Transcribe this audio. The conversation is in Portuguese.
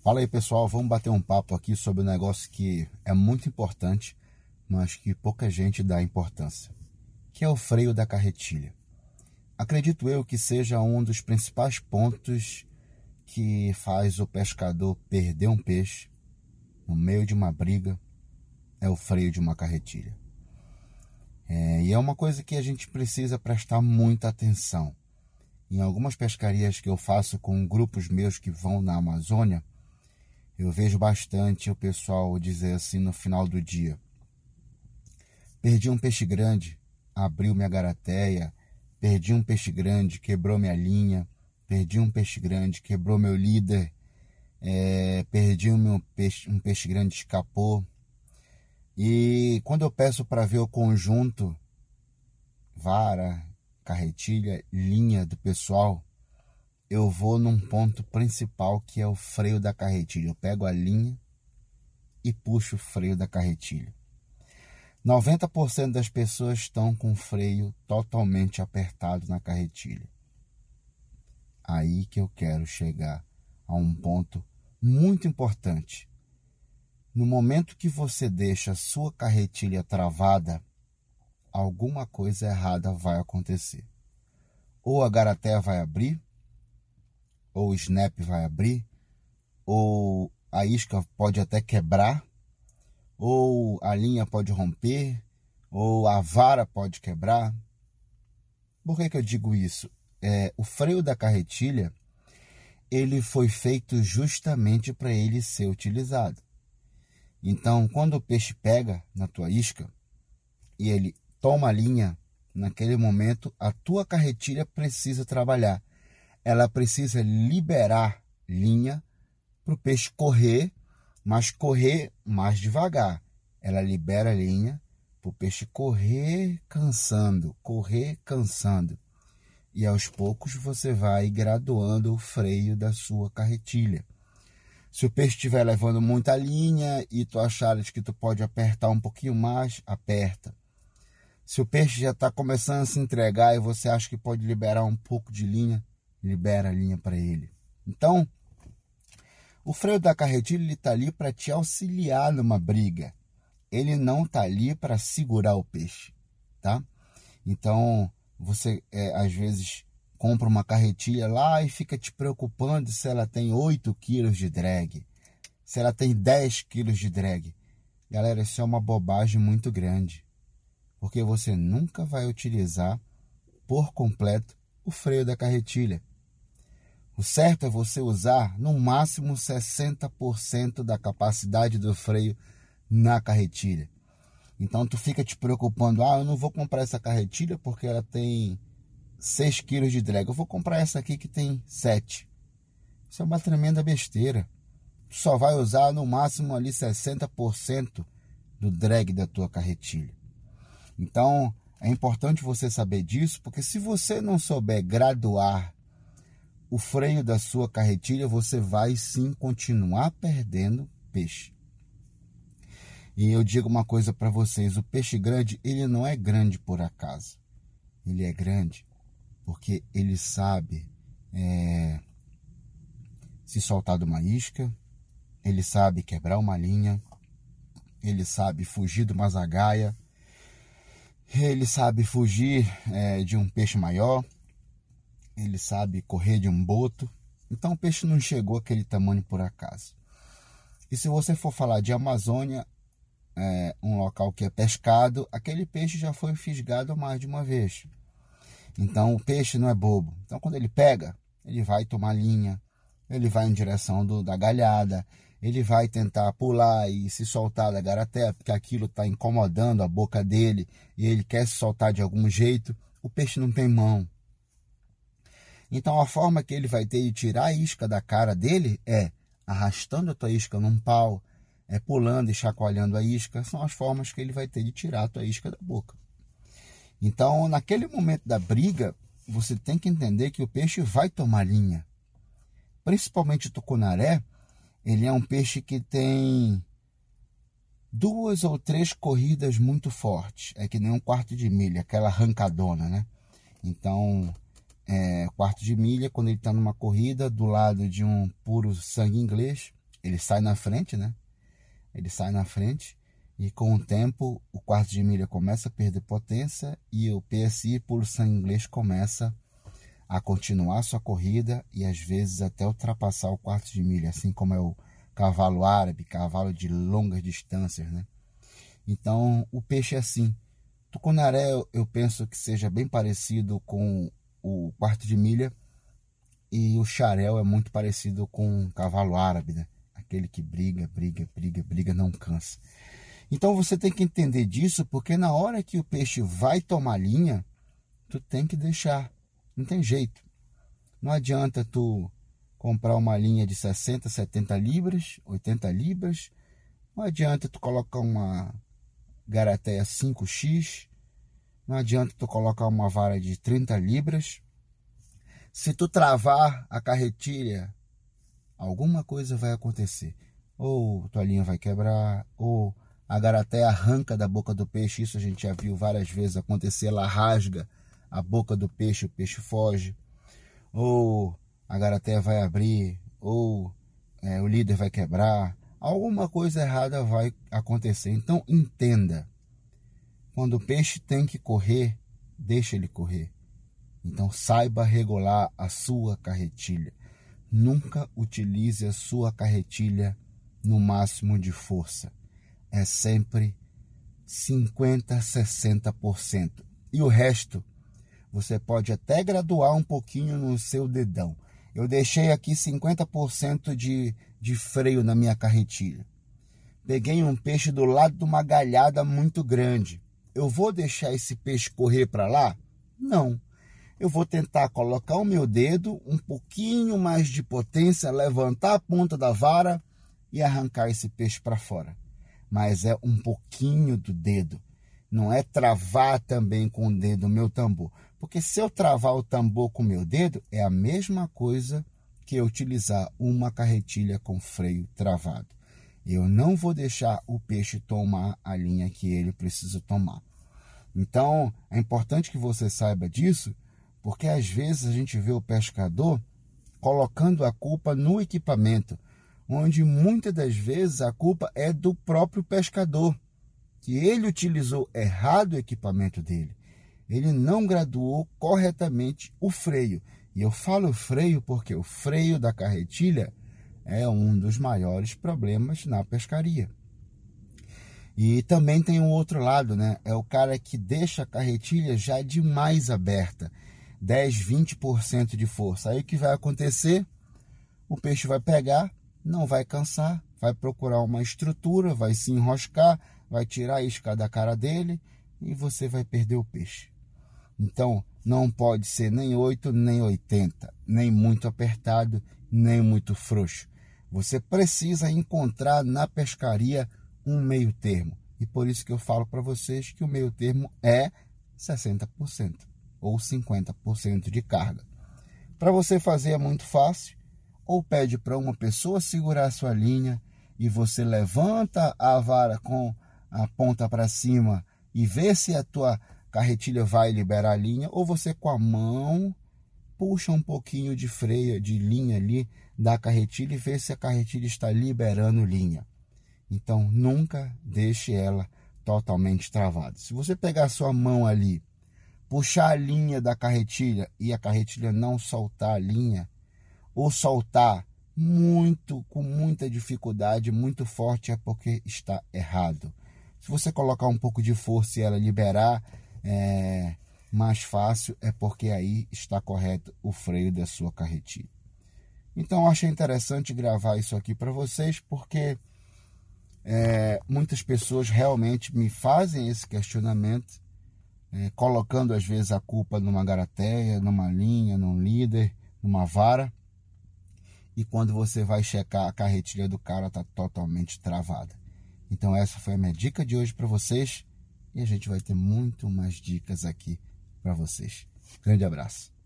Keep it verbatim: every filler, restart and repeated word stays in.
Fala aí, pessoal, vamos bater um papo aqui sobre um negócio que é muito importante, mas que pouca gente dá importância, que é o freio da carretilha. Acredito eu que seja um dos principais pontos que faz o pescador perder um peixe no meio de uma briga, é o freio de uma carretilha. É, e é uma coisa que a gente precisa prestar muita atenção. Em algumas pescarias que eu faço com grupos meus que vão na Amazônia, eu vejo bastante o pessoal dizer assim no final do dia: perdi um peixe grande, abriu minha garateia, perdi um peixe grande, quebrou minha linha, perdi um peixe grande, quebrou meu líder, é, perdi um, meu peixe, um peixe grande, escapou. E quando eu peço para ver o conjunto, vara, carretilha, linha do pessoal, eu vou num ponto principal que é o freio da carretilha. Eu pego a linha e puxo o freio da carretilha. noventa por cento das pessoas estão com o freio totalmente apertado na carretilha. Aí que eu quero chegar a um ponto muito importante. No momento que você deixa a sua carretilha travada, alguma coisa errada vai acontecer. Ou a garateia vai abrir, ou o snap vai abrir, ou a isca pode até quebrar, ou a linha pode romper, ou a vara pode quebrar. Por que que eu digo isso? É, o freio da carretilha, ele foi feito justamente para ele ser utilizado. Então, quando o peixe pega na tua isca e ele toma a linha, naquele momento a tua carretilha precisa trabalhar. Ela precisa liberar linha para o peixe correr, mas correr mais devagar. Ela libera a linha para o peixe correr cansando, correr cansando. E aos poucos você vai graduando o freio da sua carretilha. Se o peixe estiver levando muita linha e tu achares que tu pode apertar um pouquinho mais, aperta. Se o peixe já está começando a se entregar e você acha que pode liberar um pouco de linha, libera a linha para ele. Então, o freio da carretilha está ali para te auxiliar numa briga. Ele não está ali para segurar o peixe, tá? Então, você é, às vezes compra uma carretilha lá e fica te preocupando se ela tem oito quilos de drag, se ela tem dez quilos de drag. Galera, isso é uma bobagem muito grande, porque você nunca vai utilizar por completo o freio da carretilha. O certo é você usar no máximo sessenta por cento da capacidade do freio na carretilha. Então tu fica te preocupando: ah, eu não vou comprar essa carretilha porque ela tem seis quilos de drag, eu vou comprar essa aqui que tem sete. Isso é uma tremenda besteira. Tu só vai usar no máximo ali sessenta por cento do drag da tua carretilha. Então é importante você saber disso, porque se você não souber graduar o freio da sua carretilha, você vai sim continuar perdendo peixe. E eu digo uma coisa para vocês: o peixe grande, ele não é grande por acaso. Ele é grande porque ele sabe é, se soltar de uma isca, ele sabe quebrar uma linha, ele sabe fugir de uma zagaia, ele sabe fugir é, de um peixe maior, ele sabe correr de um boto. Então o peixe não chegou àquele tamanho por acaso. E se você for falar de Amazônia, é, um local que é pescado, aquele peixe já foi fisgado mais de uma vez. Então o peixe não é bobo. Então quando ele pega, ele vai tomar linha, ele vai em direção do, da galhada, ele vai tentar pular e se soltar da garateia, porque aquilo está incomodando a boca dele e ele quer se soltar de algum jeito. O peixe não tem mão. Então a forma que ele vai ter de tirar a isca da cara dele é arrastando a tua isca num pau, é pulando e chacoalhando a isca. São as formas que ele vai ter de tirar a tua isca da boca. Então, naquele momento da briga, você tem que entender que o peixe vai tomar linha. Principalmente o tucunaré, ele é um peixe que tem duas ou três corridas muito fortes. É que nem um quarto de milha, aquela arrancadona, né? Então, é, quarto de milha, quando ele está numa corrida do lado de um puro sangue inglês, ele sai na frente, né? Ele sai na frente e com o tempo o quarto de milha começa a perder potência e o P S I, puro sangue inglês, começa a continuar sua corrida e às vezes até ultrapassar o quarto de milha, assim como é o cavalo árabe, cavalo de longas distâncias, né? Então o peixe é assim. Tucunaré eu penso que seja bem parecido com o quarto de milha e o xarel é muito parecido com o cavalo árabe, né? Aquele que briga, briga, briga, briga, não cansa. Então você tem que entender disso, porque na hora que o peixe vai tomar linha, tu tem que deixar. Não tem jeito. Não adianta tu comprar uma linha de sessenta, setenta libras, oitenta libras. Não adianta tu colocar uma garateia cinco x. Não adianta tu colocar uma vara de trinta libras. Se tu travar a carretilha, alguma coisa vai acontecer. Ou tua linha vai quebrar, ou a garateia arranca da boca do peixe. Isso a gente já viu várias vezes acontecer. Ela rasga a boca do peixe, o peixe foge. Ou a garateia vai abrir, ou é, o líder vai quebrar. Alguma coisa errada vai acontecer. Então entenda, quando o peixe tem que correr, deixa ele correr. Então saiba regular a sua carretilha. Nunca utilize a sua carretilha no máximo de força. É sempre cinquenta, sessenta por cento. E o resto, você pode até graduar um pouquinho no seu dedão. Eu deixei aqui cinquenta por cento de, de freio na minha carretilha. Peguei um peixe do lado de uma galhada muito grande. Eu vou deixar esse peixe correr para lá? Não. Eu vou tentar colocar o meu dedo, um pouquinho mais de potência, levantar a ponta da vara e arrancar esse peixe para fora. Mas é um pouquinho do dedo. Não é travar também com o dedo o meu tambor. Porque se eu travar o tambor com o meu dedo, é a mesma coisa que eu utilizar uma carretilha com freio travado. Eu não vou deixar o peixe tomar a linha que ele precisa tomar. Então, é importante que você saiba disso, porque às vezes a gente vê o pescador colocando a culpa no equipamento, onde muitas das vezes a culpa é do próprio pescador, que ele utilizou errado o equipamento dele. Ele não graduou corretamente o freio. E eu falo freio porque o freio da carretilha é um dos maiores problemas na pescaria. E também tem um outro lado, né? É o cara que deixa a carretilha já demais aberta, dez, vinte por cento de força. Aí o que vai acontecer? O peixe vai pegar, não vai cansar, vai procurar uma estrutura, vai se enroscar, vai tirar a isca da cara dele e você vai perder o peixe. Então, não pode ser nem oito, nem oitenta, nem muito apertado, nem muito frouxo. Você precisa encontrar na pescaria um meio termo. E por isso que eu falo para vocês que o meio termo é sessenta por cento ou cinquenta por cento de carga. Para você fazer é muito fácil. Ou pede para uma pessoa segurar a sua linha e você levanta a vara com a ponta para cima e vê se a tua carretilha vai liberar a linha, ou você com a mão puxa um pouquinho de freio, de linha ali da carretilha e vê se a carretilha está liberando linha. Então nunca deixe ela totalmente travada. Se você pegar a sua mão ali, puxar a linha da carretilha e a carretilha não soltar a linha, ou soltar muito, com muita dificuldade, muito forte, é porque está errado. Se você colocar um pouco de força e ela liberar é, mais fácil, é porque aí está correto o freio da sua carretilha. Então, eu achei interessante gravar isso aqui para vocês, porque é, muitas pessoas realmente me fazem esse questionamento, é, colocando às vezes a culpa numa garateia, numa linha, num líder, numa vara. E quando você vai checar, a carretilha do cara está totalmente travada. Então essa foi a minha dica de hoje para vocês. E a gente vai ter muito mais dicas aqui para vocês. Grande abraço.